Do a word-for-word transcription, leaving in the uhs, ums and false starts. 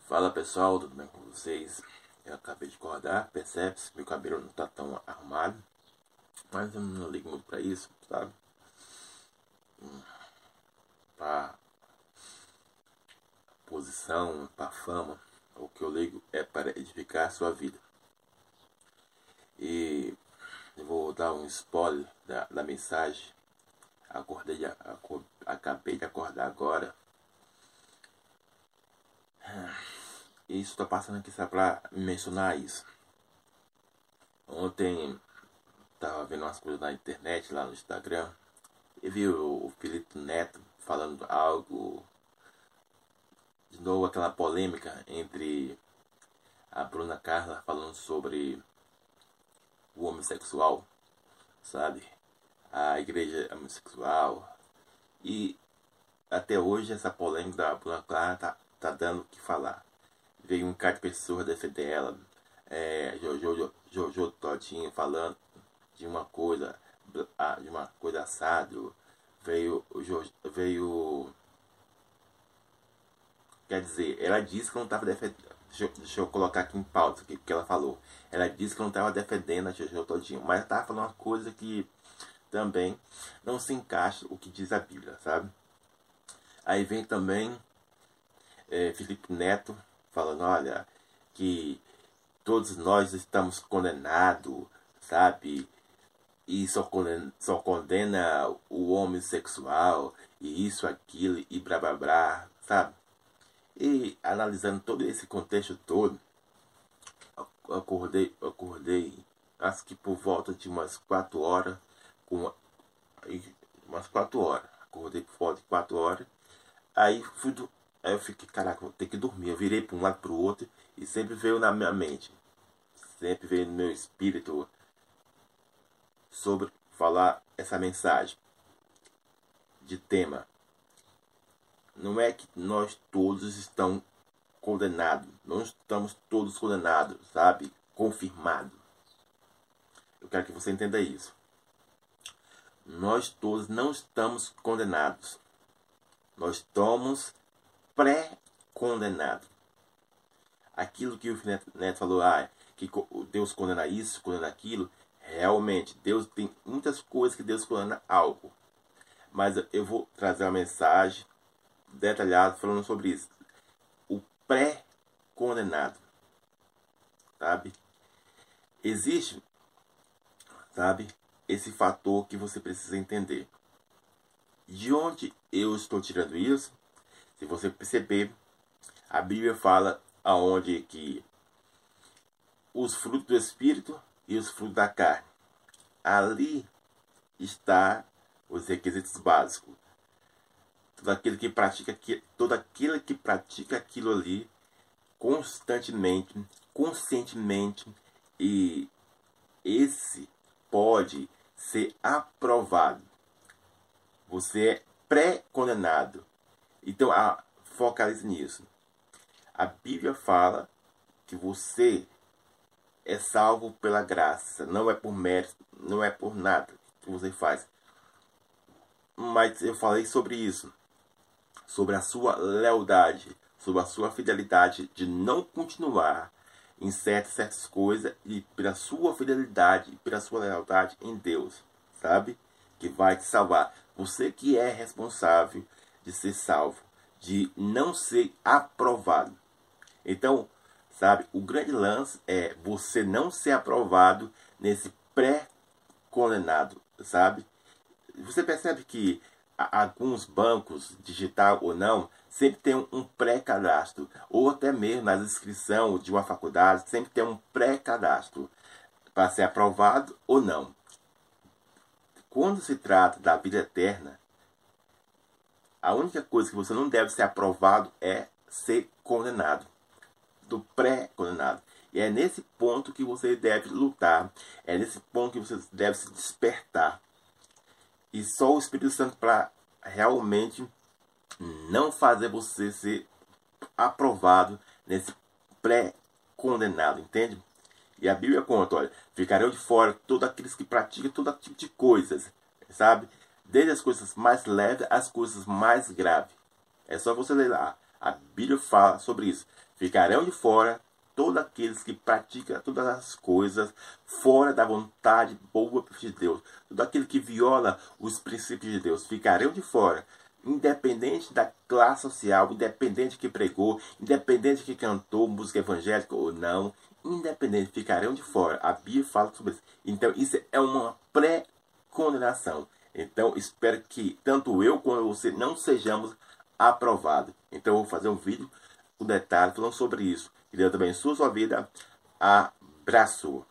Fala pessoal, tudo bem com vocês? Eu acabei de acordar, percebe-se, meu cabelo não tá tão arrumado, mas eu não ligo muito pra isso, sabe? Pra posição, pra fama, o que eu ligo é para edificar a sua vida. E eu vou dar um spoiler da, da mensagem. Acordei, de, acor, acabei de acordar agora. Isso tá passando aqui só pra mencionar isso. Ontem tava vendo umas coisas na internet, lá no Instagram, e vi o, o Felipe Neto falando algo, de novo aquela polêmica entre a Bruna Carla falando sobre o homossexual, sabe? A igreja homossexual. E até hoje essa polêmica da Bruna Carla tá, tá dando o que falar. Veio um cara de pessoas defender ela, é, Jojo, Jojo Todinho falando de uma coisa, de uma coisa assado. Veio, veio, quer dizer, ela disse que não estava defendendo, deixa eu, deixa eu colocar aqui em pauta aqui, porque ela falou, ela disse que não estava defendendo a Jojo Todinho, mas estava falando uma coisa que também não se encaixa o que diz a Bíblia, sabe? Aí vem também é, Felipe Neto falando, olha, que todos nós estamos condenados, sabe? E só condena, só condena o homossexual, e isso, aquilo, e blá blá blá, sabe? E analisando todo esse contexto todo, acordei, acordei, acho que por volta de umas quatro horas, com umas quatro horas, acordei por volta de quatro horas, aí fui do, aí eu fiquei, caraca, vou ter que dormir, eu virei para um lado para o outro, e sempre veio na minha mente, sempre veio no meu espírito, sobre falar essa mensagem de tema. Não é que nós todos estamos condenados, não estamos todos condenados, sabe? Confirmado. Eu quero que você entenda isso. Nós todos não estamos condenados. Nós estamos pré-condenados. Aquilo que o Neto falou, ah, que Deus condena isso, condena aquilo. Realmente, Deus tem muitas coisas que Deus condena algo. Mas eu vou trazer uma mensagem detalhada falando sobre isso. O pré-condenado. Sabe? Existe, sabe, esse fator que você precisa entender. De onde eu estou tirando isso? Se você perceber, a Bíblia fala aonde que os frutos do Espírito e os frutos da carne. Ali está os requisitos básicos. Todo aquele que pratica aquilo, todo aquele que pratica aquilo ali constantemente, conscientemente, e esse pode ser aprovado. Você é pré-condenado. Então, a, focalize nisso. A Bíblia fala que você é salvo pela graça, não é por mérito, não é por nada que você faz. Mas eu falei sobre isso, sobre a sua lealdade, sobre a sua fidelidade de não continuar em certas, certas coisas, e pela sua fidelidade, pela sua lealdade em Deus, sabe? Que vai te salvar. Você que é responsável de ser salvo, de não ser aprovado. Então, sabe, o grande lance é você não ser aprovado nesse pré-condenado, sabe? Você percebe que alguns bancos, digital ou não, sempre tem um pré-cadastro. Ou até mesmo nas inscrições de uma faculdade, sempre tem um pré-cadastro para ser aprovado ou não. Quando se trata da vida eterna, a única coisa que você não deve ser aprovado é ser condenado. Do pré-condenado. E é nesse ponto que você deve lutar. É nesse ponto que você deve se despertar. E só o Espírito Santo para realmente não fazer você ser aprovado nesse pré-condenado, entende? E a Bíblia conta, olha, ficarão de fora todos aqueles que praticam todo tipo de coisas, sabe? Desde as coisas mais leves às coisas mais graves. É só você ler lá. A Bíblia fala sobre isso. Ficarão de fora todos aqueles que praticam todas as coisas fora da vontade boa de Deus. Todo aquele que viola os princípios de Deus. Ficarão de fora. Independente da classe social, independente que pregou, independente que cantou música evangélica ou não, independente, ficarão de fora. A Bíblia fala sobre isso. Então, isso é uma pré-condenação. Então, espero que tanto eu quanto você não sejamos aprovados. Então, eu vou fazer um vídeo com detalhes falando sobre isso. Que Deus abençoe a sua vida. Abraço.